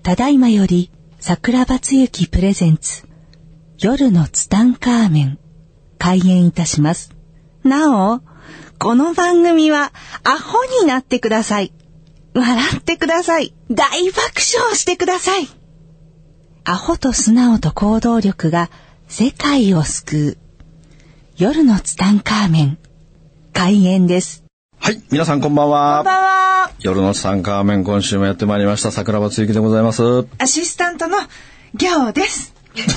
ただいまより桜庭つゆきプレゼンツ夜のツタンカーメン開演いたします。なお、この番組はアホになってください。笑ってください。大爆笑してください。アホと素直と行動力が世界を救う夜のツタンカーメン開演です。 はい、皆さんこんばんは。 こんばんは。 夜のツタンカーメン、今週もやってまいりました桜庭つゆきでございます。 アシスタントのギャオです。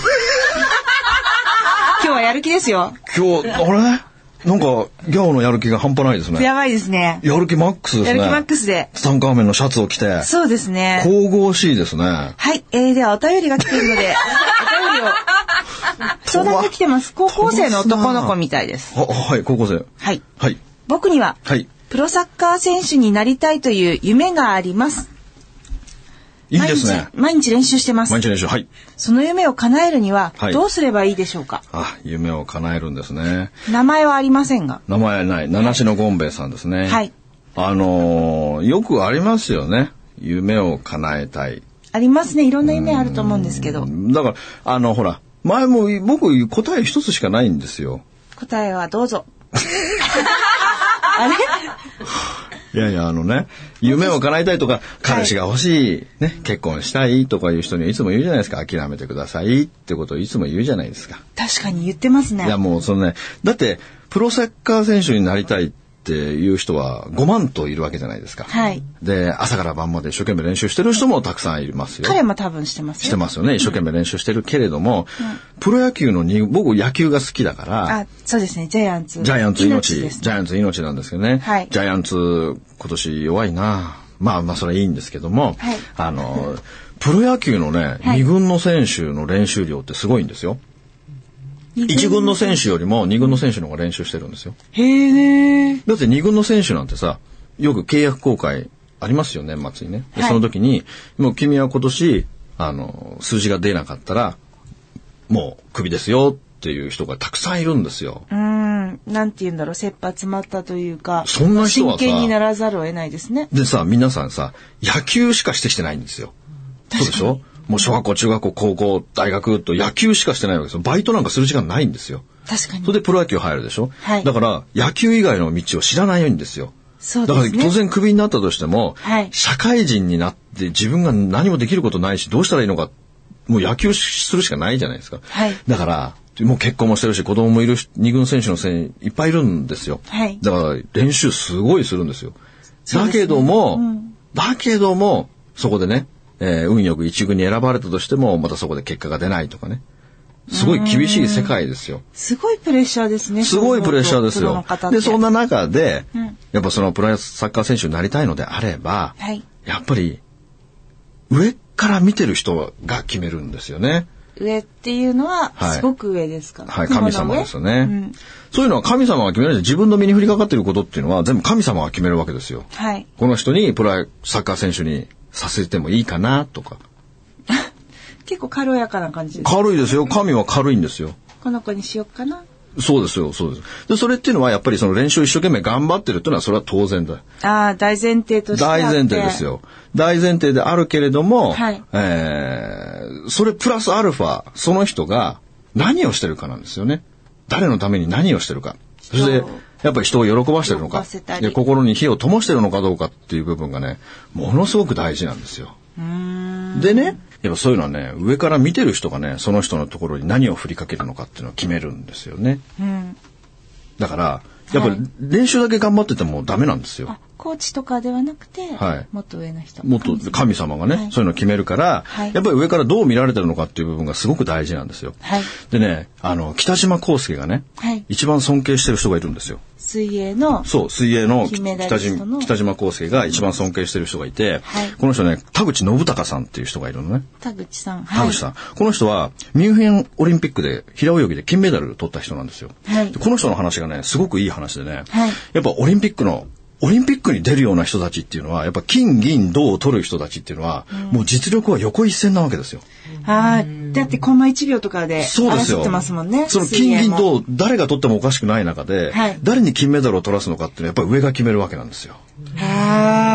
今日はやる気ですよ。 今日あれなんかギャオのやる気が半端ないですね。 やばいですね。 やる気マックスですね。 やる気マックスでツタンカーメンのシャツを着て。 そうですね。 神々しいですね。 はい、ではお便りが来ているのでお便りを相談が来てます。高校生の男の子みたいです。 はい、高校生。 はい。 はい。 僕には、 はい、 プロサッカー選手になりたいという夢があります。 いいですね。 毎日練習してます。 毎日練習。はい。 その夢を叶えるにははい、 どうすればいいでしょうか。 夢を叶えるんですね。 名前はありませんが。 名前ない。七種のゴンベイさんですね。 はい。 よくありますよね。夢を叶えたい。 ありますね。いろんな夢あると思うんですけど。 だからほら前も僕答え一つしかないんですよ。 答えはどうぞ。あれ？ いやいや夢を叶えたいとか彼氏が欲しい、ね、結婚したいとかいう人にはいつも言うじゃないですか。諦めてくださいってことをいつも言うじゃないですか。 確かに言ってますね。 いやもうだってプロサッカー選手になりたいっていう人は5万といるわけじゃないですか。 はい。 で朝から晩まで一生懸命練習してる人もたくさんいますよ。 彼も多分してますよ。 してますよね。一生懸命練習してるけれども、プロ野球の僕野球が好きだから。 そうですね。ジャイアンツ命ですね。ジャイアンツ命なんですけどね。 はい。 ジャイアンツ今年弱いな。まあそれはいいんですけども、 はい、 プロ野球のね、 はい、 2軍の選手の練習量ってすごいんですよ。1軍の選手よりも2軍の選手の方が練習してるんですよ。 へー。 だって2軍の選手なんてさ、よく契約更改ありますよ、年末にね。で、その時に、もう君は今年数字が出なかったらもうクビですよっていう人がたくさんいるんですよ。 なんて言うんだろう、切羽詰まったというか、 そんな人はさ、 真剣にならざるを得ないですね。 でさ、皆さんさ、野球しかしてきてないんですよ。そうでしょ？もう小学校、中学校、高校、大学と野球しかしてないわけですよ。バイトなんかする時間ないんですよ。 確かに。 それでプロ野球入るでしょ。 はい。 だから野球以外の道を知らないんですよ。 そうですね。 だから当然クビになったとしても、 はい、 社会人になって自分が何もできることないし、どうしたらいいのか、もう野球するしかないじゃないですか。 はい。 だからもう結婚もしてるし、子供もいるし、2軍選手の選手いっぱいいるんですよ。 はい。 だから練習すごいするんですよ。だけども、そこでね、運よく一軍に選ばれたとしても、またそこで結果が出ないとかね。すごい厳しい世界ですよ。 すごいプレッシャーですね。 すごいプレッシャーですよ。で、そんな中で、やっぱそのプロサッカー選手になりたいのであれば、 はい、 やっぱり上から見てる人が決めるんですよね。 上っていうのはすごく上ですか？ はい、神様ですよね。そういうのは神様が決めるんで、自分の身に降りかかっていることっていうのは全部神様が決めるわけですよ。 はい。 この人にプロサッカー選手にさせてもいいかなとか。 結構軽やかな感じです。 軽いですよ。神は軽いんですよ。 この子にしようかな。 そうですよ、そうです。で、それっていうのはやっぱりその練習一生懸命頑張ってるっていうのはそれは当然だ。 大前提としてあって。 大前提ですよ。大前提であるけれども、 はい、 それプラスアルファ、その人が何をしてるかなんですよね。誰のために何をしてるか。そしてやっぱり人を喜ばしてるのか、で心に火を灯してるのかどうかっていう部分がね、ものすごく大事なんですよ。でね、やっぱそういうのはね、上から見てる人がね、その人のところに何を振りかけるのかっていうのを決めるんですよね。だからやっぱり練習だけ頑張っててもダメなんですよ。 コーチとかではなくて、 はい、 もっと上の人、 もっと神様がね、はい、そういうのを決めるから、はい、やっぱり上からどう見られてるのかっていう部分がすごく大事なんですよ。はい、でね、北島康介がね、はい、一番尊敬してる人がいるんですよ。 水泳の北島康介が一番尊敬してる人がいて、はい、この人ね、田口信孝さんっていう人がいるのね。 田口さん、 はい、田口さん、この人はミュンヘンオリンピックで平泳ぎで金メダルを取った人なんですよ。はい、この人の話がね、すごくいい話でね、はい、やっぱオリンピックに出るような人たちっていうのはやっぱ金銀銅を取る人たちっていうのは、もう実力は横一線なわけですよ。だってコンマ1秒とかで争ってますもんね。 その金銀銅誰が取ってもおかしくない中で、はい、誰に金メダルを取らすのかっていうのはやっぱり上が決めるわけなんですよ。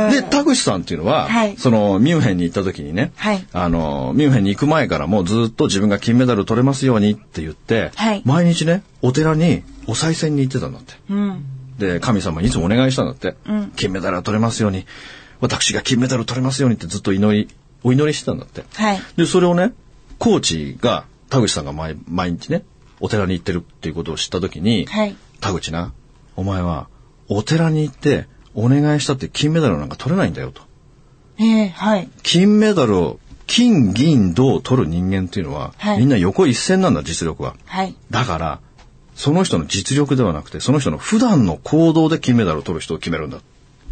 で、田口さんっていうのは、はい、そのミュンヘンに行った時にね、はい、ミュンヘンに行く前からもずっと自分が金メダル取れますようにって言って、はい、毎日ね、お寺にお賽銭に行ってたんだって。うん、で、神様にいつもお願いしたんだって。うん、金メダル取れますように、私が金メダル取れますようにってずっとお祈りしてたんだって。はい、で、それをね、コーチが、田口さんが毎日ね、お寺に行ってるっていうことを知った時に、はい、田口な、お前はお寺に行ってお願いしたって金メダルなんか取れないんだよと。はい、金メダルを金銀銅取る人間っていうのは、はい、みんな横一線なんだ、実力は。はい、だからその人の実力ではなくて、その人の普段の行動で金メダルを取る人を決めるんだ。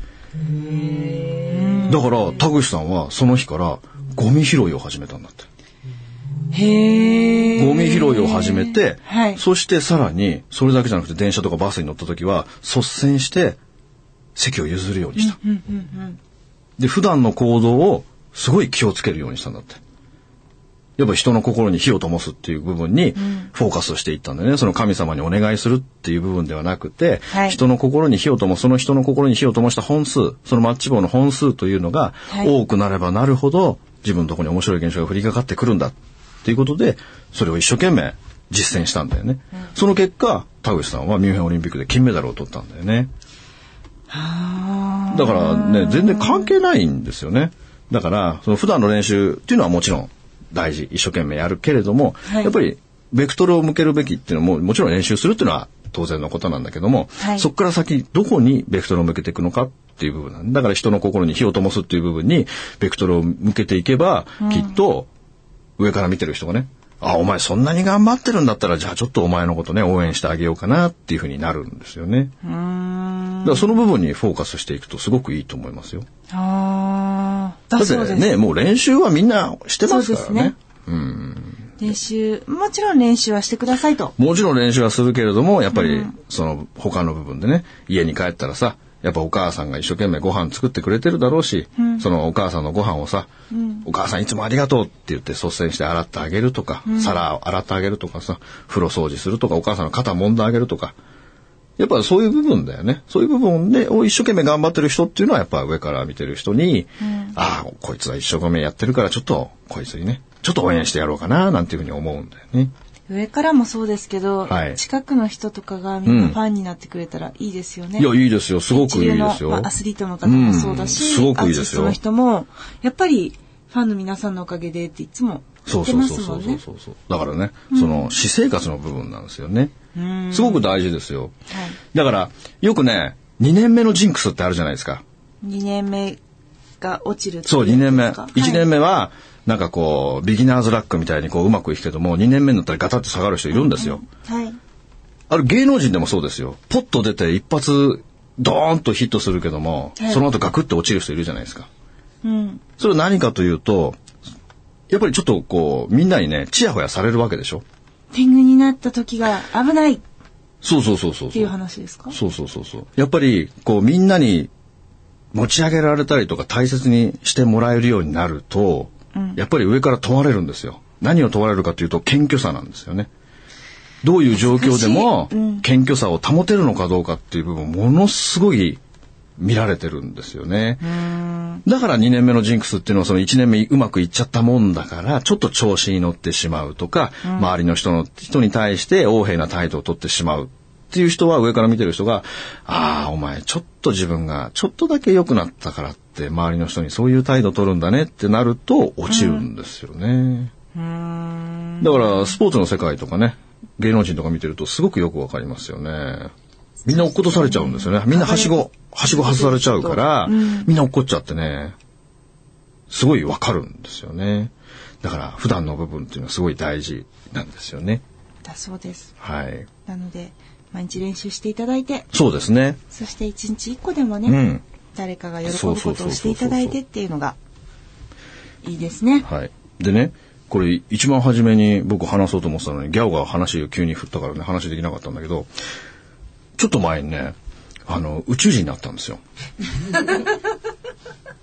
だから田口さんはその日からゴミ拾いを始めたんだって。ゴミ拾いを始めて、はい、そしてさらにそれだけじゃなくて電車とかバスに乗った時は率先して席を譲るようにした。で、普段の行動をすごい気をつけるようにしたんだって。やっぱ人の心に火を灯すっていう部分にフォーカスしていったんだよね。その神様にお願いするっていう部分ではなくて、はい、人の心に火を灯す、その人の心に火を灯した本数、そのマッチ棒の本数というのが多くなればなるほど自分のところに面白い現象が降りかかってくるんだっていうことで、それを一生懸命実践したんだよね。その結果、田口さんはミュンヘンオリンピックで金メダルを取ったんだよね。だからね、全然関係ないんですよね。だからその普段の練習っていうのはもちろん大事、一生懸命やるけれども、はい、やっぱりベクトルを向けるべきっていうのももちろん練習するっていうのは当然のことなんだけども、はい、そこから先どこにベクトルを向けていくのかっていう部分なんだ。から人の心に火を灯すっていう部分にベクトルを向けていけば、きっと上から見てる人がね、あ、お前そんなに頑張ってるんだったら、じゃあちょっとお前のことね応援してあげようかなっていうふうになるんですよね。だからその部分にフォーカスしていくとすごくいいと思いますよ。だってね、もう練習はみんなしてますからね。 練習、もちろん練習はしてくださいと。 もちろん練習はするけれども、やっぱりその他の部分でね、家に帰ったらさ、やっぱお母さんが一生懸命ご飯作ってくれてるだろうし、そのお母さんのご飯をさ、お母さんいつもありがとうって言って率先して洗ってあげるとか、皿を洗ってあげるとかさ、風呂掃除するとか、お母さんの肩揉んであげるとか、やっぱそういう部分だよね。そういう部分でを一生懸命頑張ってる人っていうのはやっぱ上から見てる人に、ああこいつは一生懸命やってるからちょっとこいつにねちょっと応援してやろうかななんていうふうに思うんだよね。 上からもそうですけど、はい、近くの人とかがみんなファンになってくれたらいいですよね。 いやいいですよ、すごくいいですよ。 アスリートの方もそうだし、 すごくいいですよ。アーティストの人もやっぱりファンの皆さんのおかげでっていつも言ってますもんね。 そうだからね、その私生活の部分なんですよね。すごく大事ですよ。はい、だからよくね、2年目のジンクスってあるじゃないですか。 2年目が落ちるっていう。 そう、2年目。1年目はなんかこうビギナーズラックみたいにこううまくいくけども、2年目になったらガタッと下がる人いるんですよ。はい。あれ芸能人でもそうですよ。ポッと出て一発ドーンとヒットするけども、はい、その後ガクッと落ちる人いるじゃないですか。それは何かというと、やっぱりちょっとこうみんなにねチヤホヤされるわけでしょ。 天狗になった時が危ない。 そうっていう話ですか。 そう。やっぱりこうみんなに持ち上げられたりとか大切にしてもらえるようになると、やっぱり上から問われるんですよ。何を問われるかというと謙虚さなんですよね。どういう状況でも謙虚さを保てるのかどうかっていう部分ものすごい見られてるんですよね。だから2年目のジンクスっていうのはその1年目うまくいっちゃったもんだからちょっと調子に乗ってしまうとか、周りの人に対して横柄な態度を取ってしまうっていう人は上から見てる人が、ああお前ちょっと自分がちょっとだけ良くなったからって周りの人にそういう態度を取るんだねってなると落ちるんですよね。だからスポーツの世界とかね、芸能人とか見てるとすごくよくわかりますよね。みんな落っことされちゃうんですよね。みんなはしご外されちゃうから、みんな落っこっちゃってね、すごいわかるんですよね。だから普段の部分っていうのはすごい大事なんですよね。 だそうです。 はい。 なので毎日練習していただいて、 そうですね。 そして1日1個でもね、誰かが喜ぶことをしていただいてっていうのがいいですね。 はい。でね、これ一番初めに僕話そうと思ってたのにギャオが話を急に振ったからね話できなかったんだけど、ちょっと前にね宇宙人になったんですよ。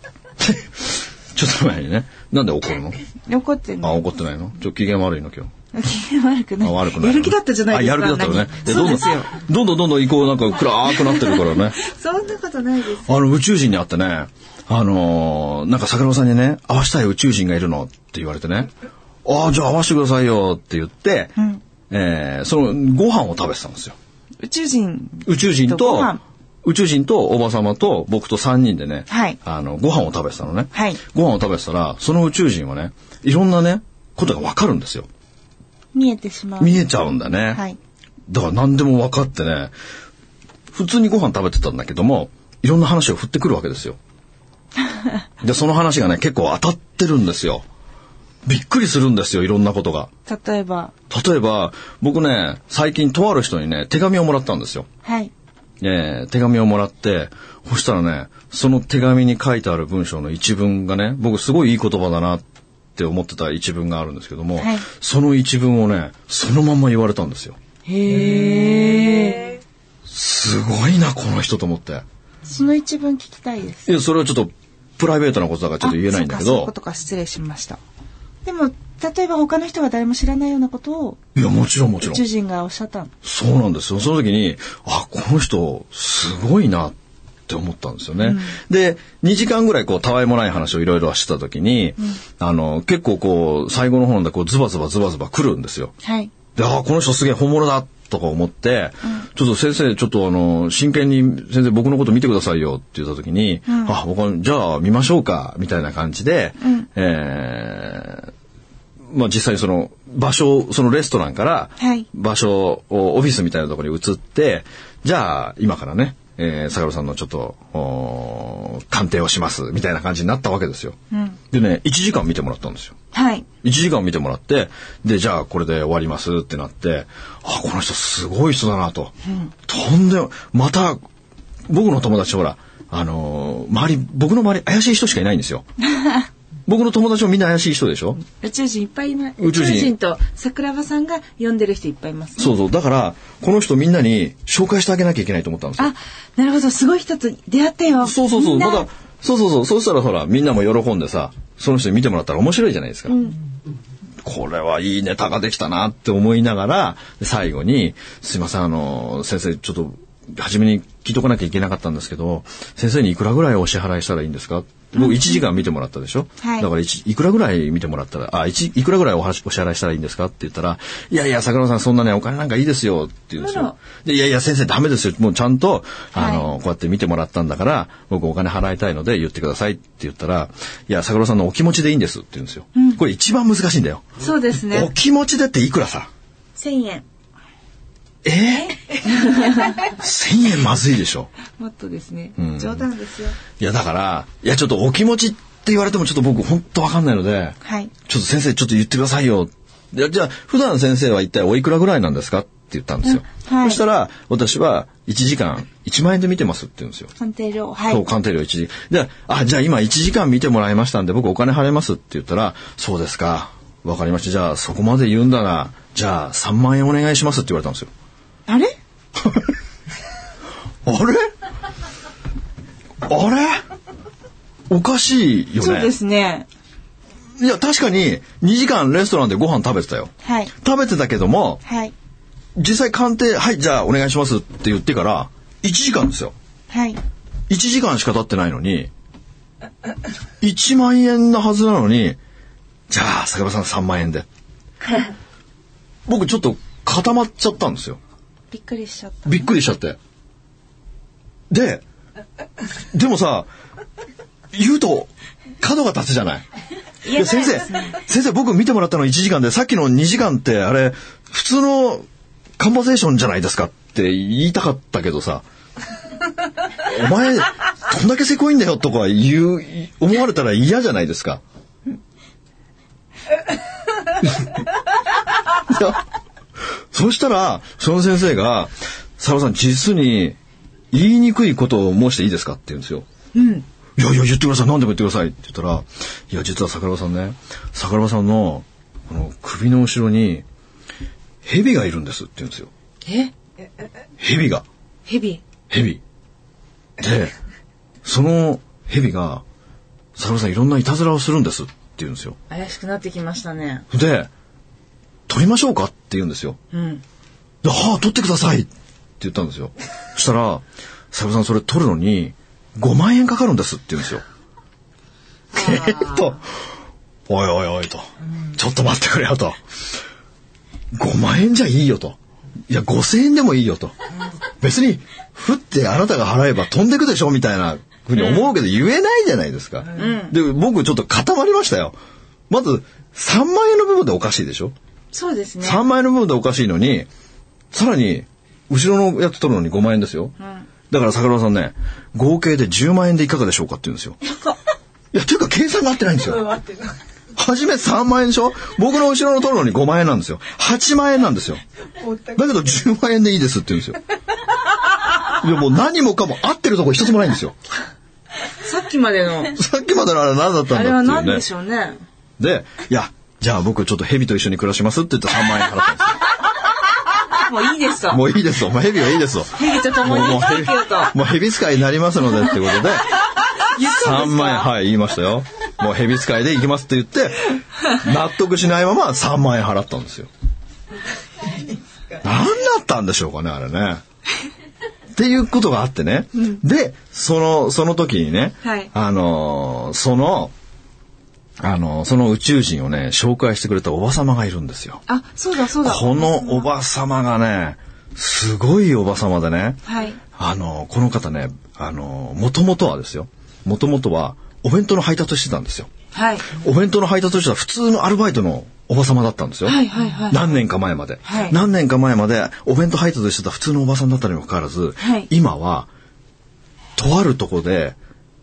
ちょっと前にね。なんで怒るの？ 怒ってない。 怒ってないの？機嫌悪いの今日。 機嫌悪くない。 悪くない。 やる気だったじゃないですか。 やる気だったよね。 そうですよ。 どんどん移行なんか暗くなってるからね。 そんなことないです。 宇宙人に会ってね、なんか桜庭さんにね、会わしたい宇宙人がいるのって言われてね、じゃあ会わせてくださいよって言って、そのご飯を食べてたんですよ。宇宙人とおば様と僕と3人でね、 はい、 ご飯を食べてたのね、 はい、 ご飯を食べてたら、その宇宙人はね、いろんなね、ことがわかるんですよ。 見えてしまう。 見えちゃうんだね。 はい、 だから何でも分かってね、普通にご飯食べてたんだけども、いろんな話を振ってくるわけですよ。で、その話がね、結構当たってるんですよ。びっくりするんですよ、いろんなことが。 例えば、 僕ね、最近とある人にね、手紙をもらったんですよ。 はい。 手紙をもらって、そしたらね、その手紙に書いてある文章の一文がね、僕すごいいい言葉だなって思ってた一文があるんですけども、はい、その一文をね、そのまんま言われたんですよ。 へー。 すごいな、この人と思って。 その一文聞きたいです。 いや、それはちょっとプライベートなことだからちょっと言えないんだけど。 そういうことか、失礼しました。でも、例えば他の人が誰も知らないようなことを、 いや、もちろん。 宇宙人がおっしゃった。 そうなんですよ。その時に、この人、すごいなって思ったんですよね。で、2時間ぐらいたわいもない話をいろいろしてた時に、結構最後の方でズバズバ来るんですよ。 はい。 で、この人すげえ本物だとか思って、ちょっと先生、真剣に先生僕のこと見てくださいよって言った時に、僕じゃあ見ましょうか、みたいな感じで、実際その場所、そのレストランから場所をオフィスみたいなところに移って、じゃあ今からね、坂野さんのちょっと鑑定をしますみたいな感じになったわけですよ。でね、1時間見てもらったんですよ。 はい。 1時間見てもらって、で、じゃあこれで終わりますってなって、この人すごい人だなと。とんでも、また、僕の友達ほら、僕の周り怪しい人しかいないんですよ。僕の友達もみんな怪しい人でしょ。 宇宙人いっぱいいます。宇宙人と桜庭さんが呼んでる人いっぱいいます、ね。 そう。だから、この人みんなに紹介してあげなきゃいけないと思ったんですよ。 なるほど。すごい人と出会ったよ。 そう。まだ、そう。そうしたらほら、みんなも喜んでさ、その人に見てもらったら面白いじゃないですか。これはいいネタができたなって思いながら、最後に、すいません、先生、ちょっと、初めに聞いとかなきゃいけなかったんですけど、先生にいくらぐらいお支払いしたらいいんですか？僕1時間見てもらったでしょ、はい、だからいくらぐらい見てもらったら、いくらぐらいお支払いしたらいいんですかって言ったら、いや、桜野さんそんなね、お金なんかいいですよって言うんですよ。で、いや、先生ダメですよ。もうちゃんと、こうやって見てもらったんだから、僕お金払いたいので言ってくださいって言ったら、いや、桜野さんのお気持ちでいいんですって言うんですよ。これ一番難しいんだよ。 そうですね。 お気持ちでっていくらさ ?1000 円。 1000円まずいでしょ。 もっとですね、冗談ですよ。 いやだから、ちょっとお気持ちって言われてもちょっと僕本当わかんないので、 はい、 ちょっと先生ちょっと言ってくださいよ。じゃあ普段先生は一体おいくらぐらいなんですかって言ったんですよ。はい、そしたら私は1時間1万円で見てますって言うんですよ。 鑑定料。はい。 そう、鑑定料1時間。じゃあ今1時間見てもらいましたんで僕お金払いますって言ったら、そうですか。わかりました。じゃあそこまで言うんだな。じゃあ3万円お願いしますって言われたんですよ。 あれおかしいよね。 そうですね。 いや、確かに2時間レストランでご飯食べてたよ。 はい。 食べてたけども、 はい。 実際鑑定、はい、じゃあお願いしますって言ってから1時間ですよ。 はい。 1時間しか経ってないのに、1万円なはずなのに、じゃあ坂場さん3万円で。僕ちょっと固まっちゃったんですよ。 びっくりしちゃった。 びっくりしちゃって。でもさ、言うと角が立つじゃない。いや先生僕見てもらったの1時間で、さっきの2時間ってあれ普通のカンバセーションじゃないですかって言いたかったけどさ、お前どんだけせこいんだよとか思われたら嫌じゃないですか。そしたらその先生が、佐野さん実に言いにくいことを申していいですかって言うんですよ。いや言ってください、何でも言ってくださいって言ったら、いや実は桜庭さんね、桜庭さんのこの首の後ろに蛇がいるんですって言うんですよ。蛇で、その蛇が桜庭さんいろんないたずらをするんですって言うんですよ。 怪しくなってきましたね。 で取りましょうかって言うんですよ。取ってくださいって言ったんですよ。そしたら、桜さんそれ取るのに5万円かかるんですって言うんですよ。おいおいおいと、ちょっと待ってくれよと。5万円じゃいいよと。いや、5000円でもいいよと。別に、振ってあなたが払えば飛んでくでしょみたいなふうに思うけど言えないじゃないですか。で、僕ちょっと固まりましたよ。まず、3万円の部分でおかしいでしょ。 そうですね。 3万円の部分でおかしいのに、さらに、後ろのやつ取るのに5万円ですよ。だから桜庭さんね、合計で10万円でいかがでしょうかって言うんですよ。いや、というか計算が合ってないんですよ。初め3万円でしょ。僕の後ろの取るのに5万円なんですよ。8万円なんですよ。だけど10万円でいいですって言うんですよ。いや、もう何もかも合ってるとこ一つもないんですよ。 さっきまでのあれは何だったんだっていうね。 あれは何でしょうね。 で、いや、じゃあ僕ちょっと蛇と一緒に暮らしますって言って3万円払ったんですよ。 もういいですと。 もういいですと。蛇はいいですと。 蛇と共に生きていけよと。 もう蛇使いになりますのでってことで、3万円、はい、言いましたよ。もう蛇使いで行きますって言って、納得しないまま3万円払ったんですよ。何だったんでしょうかね、あれね。っていうことがあってね。で、その時にね、その宇宙人をね、紹介してくれたおばさまがいるんですよ。 あ、そうだそうだ。 このおばさまがね、すごいおばさまでね、この方ね、もともとはですよ。もともとはお弁当の配達してたんですよ。お弁当の配達してた普通のアルバイトのおばさまだったんですよ。何年か前まで。何年か前までお弁当配達してた普通のおばさんだったにもかかわらず、今は、とあるとこの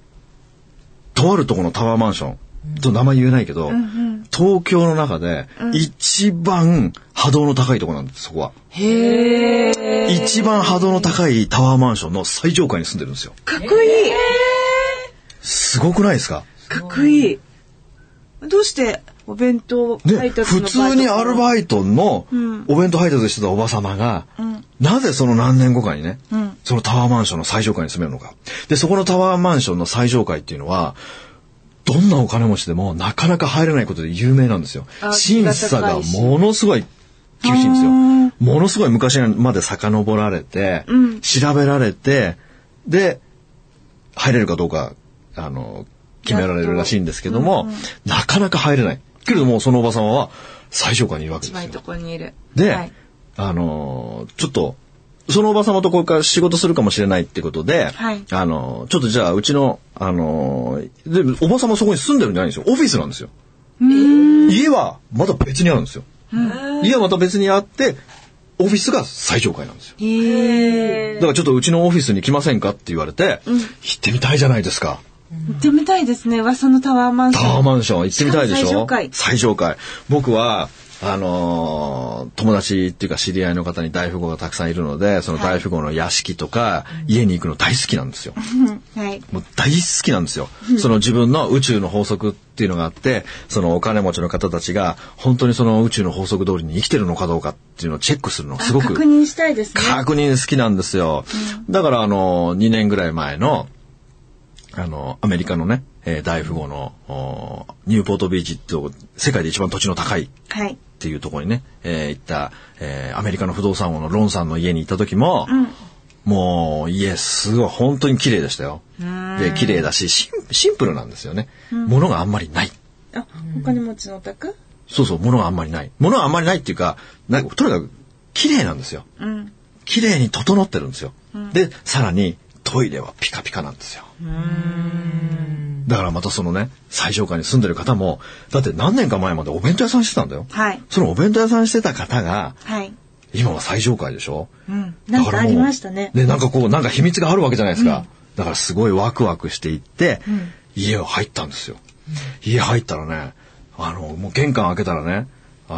タワーマンション、と名前言えないけど、東京の中で一番波動の高いところなんです、そこは。一番波動の高いタワーマンションの最上階に住んでるんですよ。 かっこいい。 すごくないですか？ かっこいい。どうしてお弁当配達の普通にアルバイトのお弁当配達してたおばさまが、なぜその何年後かにね、そのタワーマンションの最上階に住めるのか。で、そこのタワーマンションの最上階っていうのは、どんなお金持ちでもなかなか入れないことで有名なんですよ。審査がものすごい厳しいんですよ。ものすごい昔まで遡られて、調べられて、で、入れるかどうか、決められるらしいんですけども、なかなか入れない。けれども、そのおばさまは最上階にいるわけですよ。 一番いいところにいる。 で、ちょっと、そのおばさまとこれから仕事するかもしれないってことで、ちょっとじゃあうちの、で、おばさまそこに住んでるんじゃないんですよ。オフィスなんですよ。家はまた別にあるんですよ。家はまた別にあって、オフィスが最上階なんですよ。だからちょっとうちのオフィスに来ませんかって言われて、行ってみたいじゃないですか。 行ってみたいですね。噂のタワーマンション。 タワーマンション行ってみたいでしょ。 最上階。 最上階。僕は、友達っていうか知り合いの方に大富豪がたくさんいるので、その大富豪の屋敷とか、家に行くの大好きなんですよ。もう大好きなんですよ。その自分の宇宙の法則っていうのがあって、そのお金持ちの方たちが本当にその宇宙の法則通りに生きてるのかどうかっていうのをチェックするのすごく確認したいですね。 確認好きなんですよ。だから2年ぐらい前のアメリカのね、大富豪のニューポートビーチって世界で一番土地の高いっていうところにね、行った、アメリカの不動産王のロンさんの家に行った時も、もう家すごい本当に綺麗でしたよ。で綺麗だしシンプルなんですよね。物があんまりない。 あ、お金持ちのお宅？ そうそう、物があんまりない。物があんまりないっていうか、とにかく綺麗なんですよ。綺麗に整ってるんですよ。でさらにトイレはピカピカなんですよ。だからまたそのね、最上階に住んでる方も、だって何年か前までお弁当屋さんしてたんだよ。そのお弁当屋さんしてた方が、今は最上階でしょ。 なんかありましたね。 で、なんかこう、なんか秘密があるわけじゃないですか。だからすごいワクワクしていって、家を入ったんですよ。家入ったらね、もう玄関開けたらね、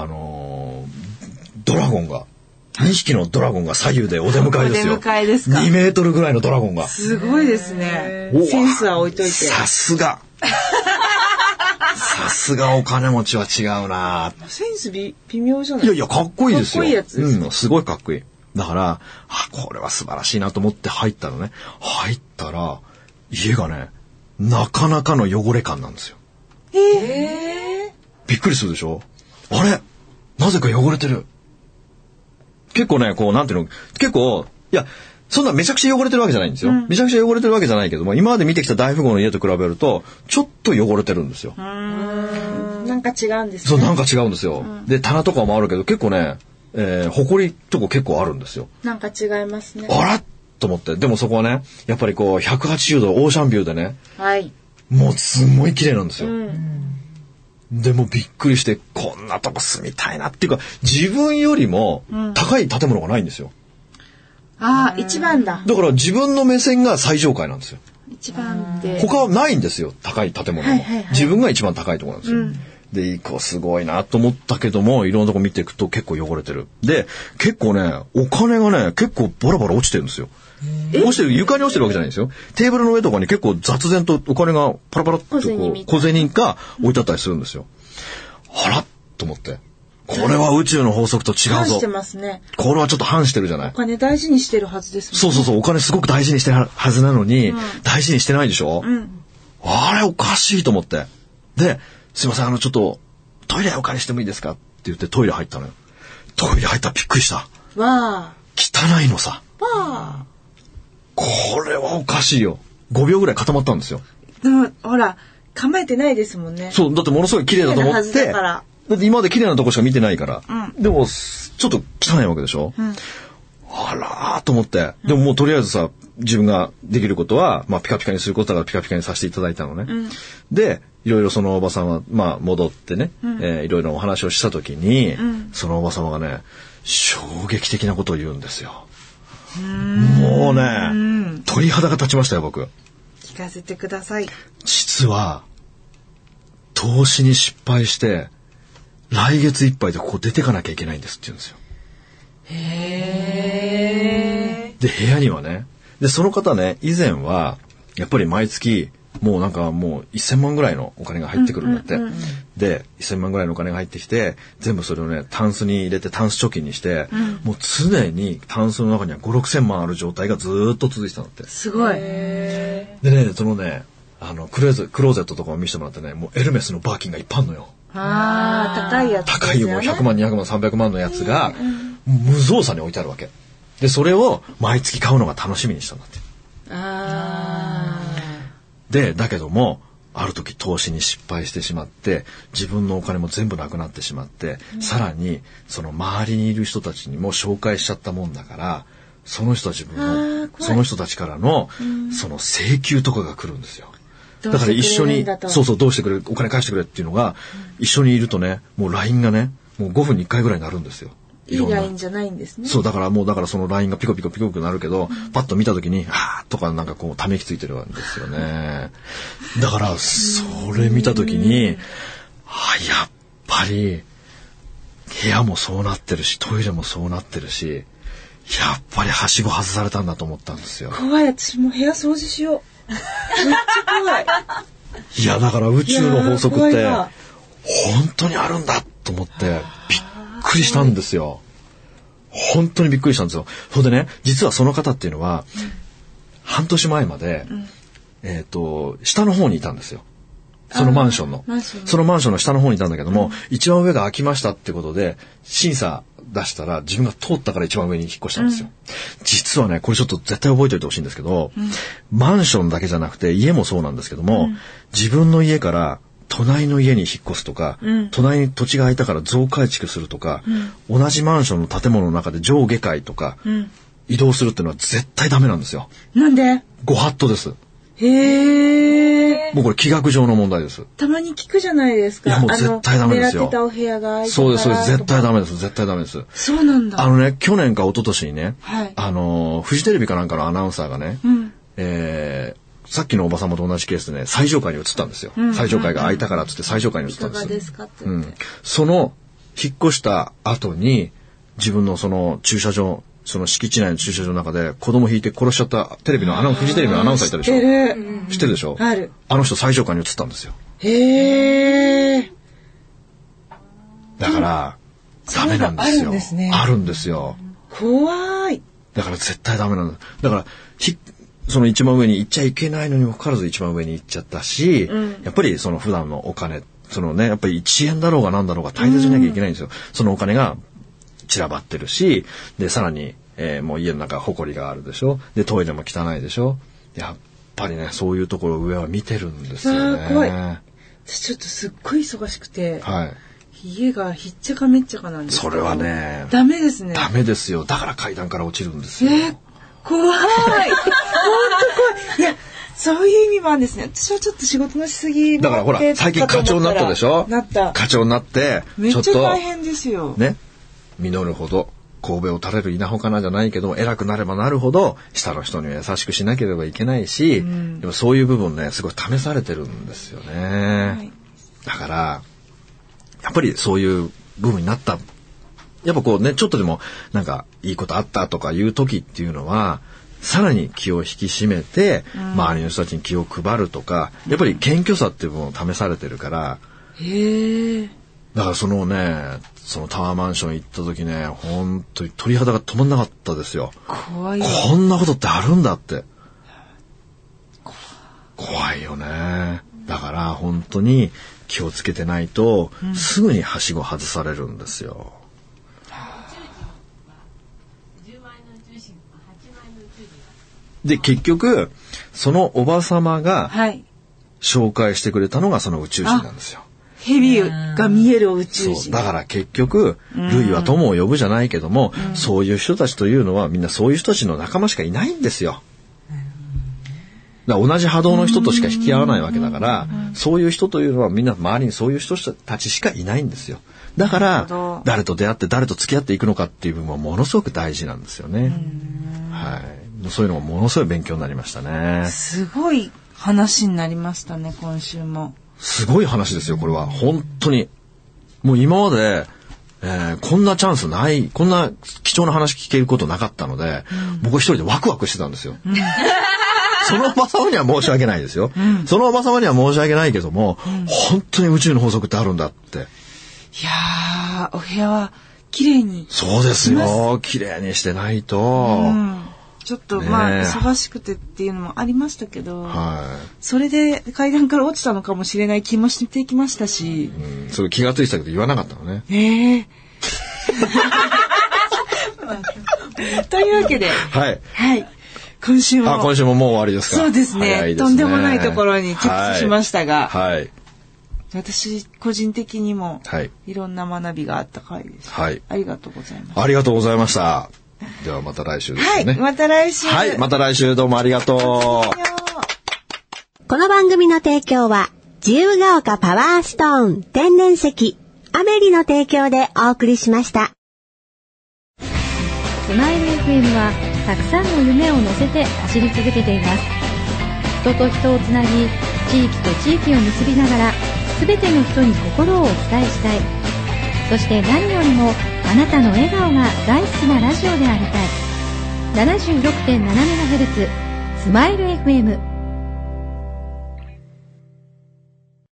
ドラゴンが、2匹のドラゴンが左右でお出迎えですよ。 お出迎えですか。 2メートルぐらいのドラゴンが。 すごいですね。センスは置いといて。 さすが。さすがお金持ちは違うな。 センス微妙じゃないですか。 いやいや、かっこいいですよ。 かっこいいやつです。 すごいかっこいい。だから、これは素晴らしいなと思って入ったのね。入ったら、家がね、なかなかの汚れ感なんですよ。びっくりするでしょ？あれ？ なぜか汚れてる。結構ね、こう、なんていうの、結構、いや、そんなめちゃくちゃ汚れてるわけじゃないんですよ。めちゃくちゃ汚れてるわけじゃないけども、今まで見てきた大富豪の家と比べると、ちょっと汚れてるんですよ。 なんか違うんですね。 そう、なんか違うんですよ。で、棚とかもあるけど、結構ね、埃とか結構あるんですよ。 なんか違いますね。 あらと思って。でもそこはね、やっぱりこう、180度オーシャンビューでね、 はい。 もうすんごい綺麗なんですよ。でもびっくりして、こんなとこ住みたいなっていうか、自分よりも高い建物がないんですよ。 ああ、一番だ。 だから自分の目線が最上階なんですよ。 一番で。 他はないんですよ、高い建物も。自分が一番高いところなんですよ。で、こうすごいなと思ったけども、いろんなとこ見ていくと結構汚れてる。で、結構ね、お金がね、結構バラバラ落ちてるんですよ。落ちてる、床に落ちてるわけじゃないんですよ。テーブルの上とかに結構雑然とお金がパラパラっとこう小銭が置いてあったりするんですよ。あらと思って。これは宇宙の法則と違うぞ。 反してますね。 これはちょっと反してるじゃない。 お金大事にしてるはずですもんね。 そうそうそう、お金すごく大事にしてるはずなのに、大事にしてないでしょ、あれおかしいと思って。で、すいません、ちょっと、トイレお借りしてもいいですかって言ってトイレ入ったのよ。トイレ入ったらびっくりした。 わ汚いのさ。 あ。 これはおかしいよ。5秒ぐらい固まったんですよ。 でも、ほら、構えてないですもんね。 そう、だってものすごい綺麗だと思って、だって今まで綺麗なとこしか見てないから。でも、ちょっと汚いわけでしょ、あらーと思って。でももうとりあえずさ、自分ができることは、まあピカピカにすることだからピカピカにさせていただいたのね。で、いろいろそのおばさんは、まあ戻ってね、いろいろお話をしたときに、そのおばさまがね、衝撃的なことを言うんですよ。もうね、鳥肌が立ちましたよ、僕。 聞かせてください。 実は、投資に失敗して、来月いっぱいでここ出てかなきゃいけないんですって言うんですよ。 へー。 で、部屋にはね、で、その方ね、以前は、やっぱり毎月、もうなんかもう1000万ぐらいのお金が入ってくるんだって。で、1000万ぐらいのお金が入ってきて、全部それをね、タンスに入れて、タンス貯金にして、もう常にタンスの中には5、6000万ある状態がずーっと続いてたんだって。 すごい。 でね、そのね、クローゼットとかを見せてもらってね、もうエルメスのバーキンがいっぱいあるのよ。 ああ、高いやつ、ね。 高いよ、もう100万、200万、300万のやつが、無造作に置いてあるわけ。で、それを毎月買うのが楽しみにしたんだって。で、だけども、ある時投資に失敗してしまって、自分のお金も全部なくなってしまって、さらに、その周りにいる人たちにも紹介しちゃったもんだから、その人たちその人たちからの、その請求とかが来るんですよ。だから一緒に、そうそう、どうしてくれ、お金返してくれっていうのが、一緒にいるとね、もう LINE がね、もう5分に1回ぐらいになるんですよ。 いい LINE じゃないんですね。 そう、だからその LINE がピコピコピコピコなるけど、パッと見たときに、あーとかなんかこう、ため息ついてるんですよね。だから、それ見たときに、やっぱり、部屋もそうなってるし、トイレもそうなってるし、やっぱりはしご外されたんだと思ったんですよ。 怖い、私も部屋掃除しよう。めっちゃ怖い。 いや、だから宇宙の法則って、本当にあるんだと思って、びっくりしたんですよ。本当にびっくりしたんですよ。それでね、実はその方っていうのは、半年前まで、下の方にいたんですよ。そのマンションの。そのマンションの下の方にいたんだけども、一番上が空きましたってことで、審査出したら自分が通ったから一番上に引っ越したんですよ。実はね、これちょっと絶対覚えておいてほしいんですけど、マンションだけじゃなくて家もそうなんですけども、自分の家から隣の家に引っ越すとか、隣に土地が空いたから増改築するとか、同じマンションの建物の中で上下階とか、移動するっていうのは絶対ダメなんですよ。 なんで？ ご法度です。 へえ。 もうこれ気学上の問題です。 たまに聞くじゃないですか。 いやもう絶対ダメですよ。 狙ってたお部屋が空いてたそうです、そうです。絶対ダメです。絶対ダメです。 そうなんだ。 去年か一昨年にね、 はい、 フジテレビかなんかのアナウンサーがね、さっきのおば様と同じケースでね、最上階に移ったんですよ。最上階が空いたからっつって最上階に移ったんですよ。 いかがですかって言って。 その、引っ越した後に、自分のその駐車場、その敷地内の駐車場の中で子供引いて殺しちゃったフジテレビのアナウンサーいたでしょ。知ってるでしょ。 ある。 あの人最上階に移ったんですよ。 へえ。 だから、ダメなんですよ。あるんですよ。 怖い。 だから絶対ダメなんだ。だから、その一番上に行っちゃいけないのにもかかわらず一番上に行っちゃったし、やっぱりその普段のお金そのね、やっぱり1円だろうが何だろうが大切になきゃいけないんですよ。そのお金が散らばってるし、で、さらに、もう家の中埃があるでしょ。で、トイレも汚いでしょ。やっぱりね、そういうところを上は見てるんですよね。 怖い。私ちょっとすっごい忙しくて、 はい。 家がひっちゃかめっちゃかなんですけど。 それはね、 ダメですね。 ダメですよ。だから階段から落ちるんですよ。 怖い。本当怖い。いや、そういう意味もあるんですね。私はちょっと仕事のしすぎだからほら、最近課長になったでしょ。 なった。 課長になって、 めっちゃ大変ですよ。 ね。実るほど神戸を垂れる稲穂かなじゃないけど、偉くなればなるほど下の人には優しくしなければいけないし、でもそういう部分ね、すごい試されてるんですよね。はい、だからやっぱりそういう部分になった。やっぱこうね、ちょっとでもなんかいいことあったとかいう時っていうのは、さらに気を引き締めて、周りの人たちに気を配るとか、やっぱり謙虚さっていう部分を試されてるから。だからそのね、そのタワーマンション行った時ね、本当に鳥肌が止まんなかったですよ。 怖いよ。 こんなことってあるんだって。怖いよね。だから本当に気をつけてないと、すぐにはしご外されるんですよ。で、結局そのおばさまが紹介してくれたのがその宇宙人なんですよ。 蛇が見える宇宙人。 だから結局類は友を呼ぶじゃないけども、そういう人たちというのはみんなそういう人たちの仲間しかいないんですよ。だから同じ波動の人としか引き合わないわけだから、そういう人というのはみんな周りにそういう人たちしかいないんですよ。だから誰と出会って誰と付き合っていくのかっていう部分はものすごく大事なんですよね。はい。そういうのがものすごい勉強になりましたね。 すごい話になりましたね、今週も。 すごい話ですよ、これは。本当に。もう今まで、こんなチャンスない、こんな貴重な話聞けることなかったので、僕一人でワクワクしてたんですよ。そのおばさまには申し訳ないですよ。そのおばさまには申し訳ないけども、本当に宇宙の法則ってあるんだって。 いやー、お部屋は綺麗に。 そうですよ。綺麗にしてないと。 ちょっとまあ忙しくてっていうのもありましたけど、それで階段から落ちたのかもしれない気もしてきましたし、 それ気がついてたけど言わなかったのね。 というわけで、 はい。 今週ももう終わりですか。 そうですね。とんでもないところに着地しましたが、私個人的にもいろんな学びがあった回です。ありがとうございます。 ありがとうございました。ではまた来週ですね。 また来週。 また来週どうもありがとう。 この番組の提供は自由が丘パワーストーン天然石アメリの提供でお送りしました。 スマイル FM はたくさんの夢を乗せて走り続けています。人と人をつなぎ、地域と地域を結びながら全ての人に心をお伝えしたい。そして何よりもあなたの笑顔が大好きなラジオでありたい。 76.7MHz スマイル FM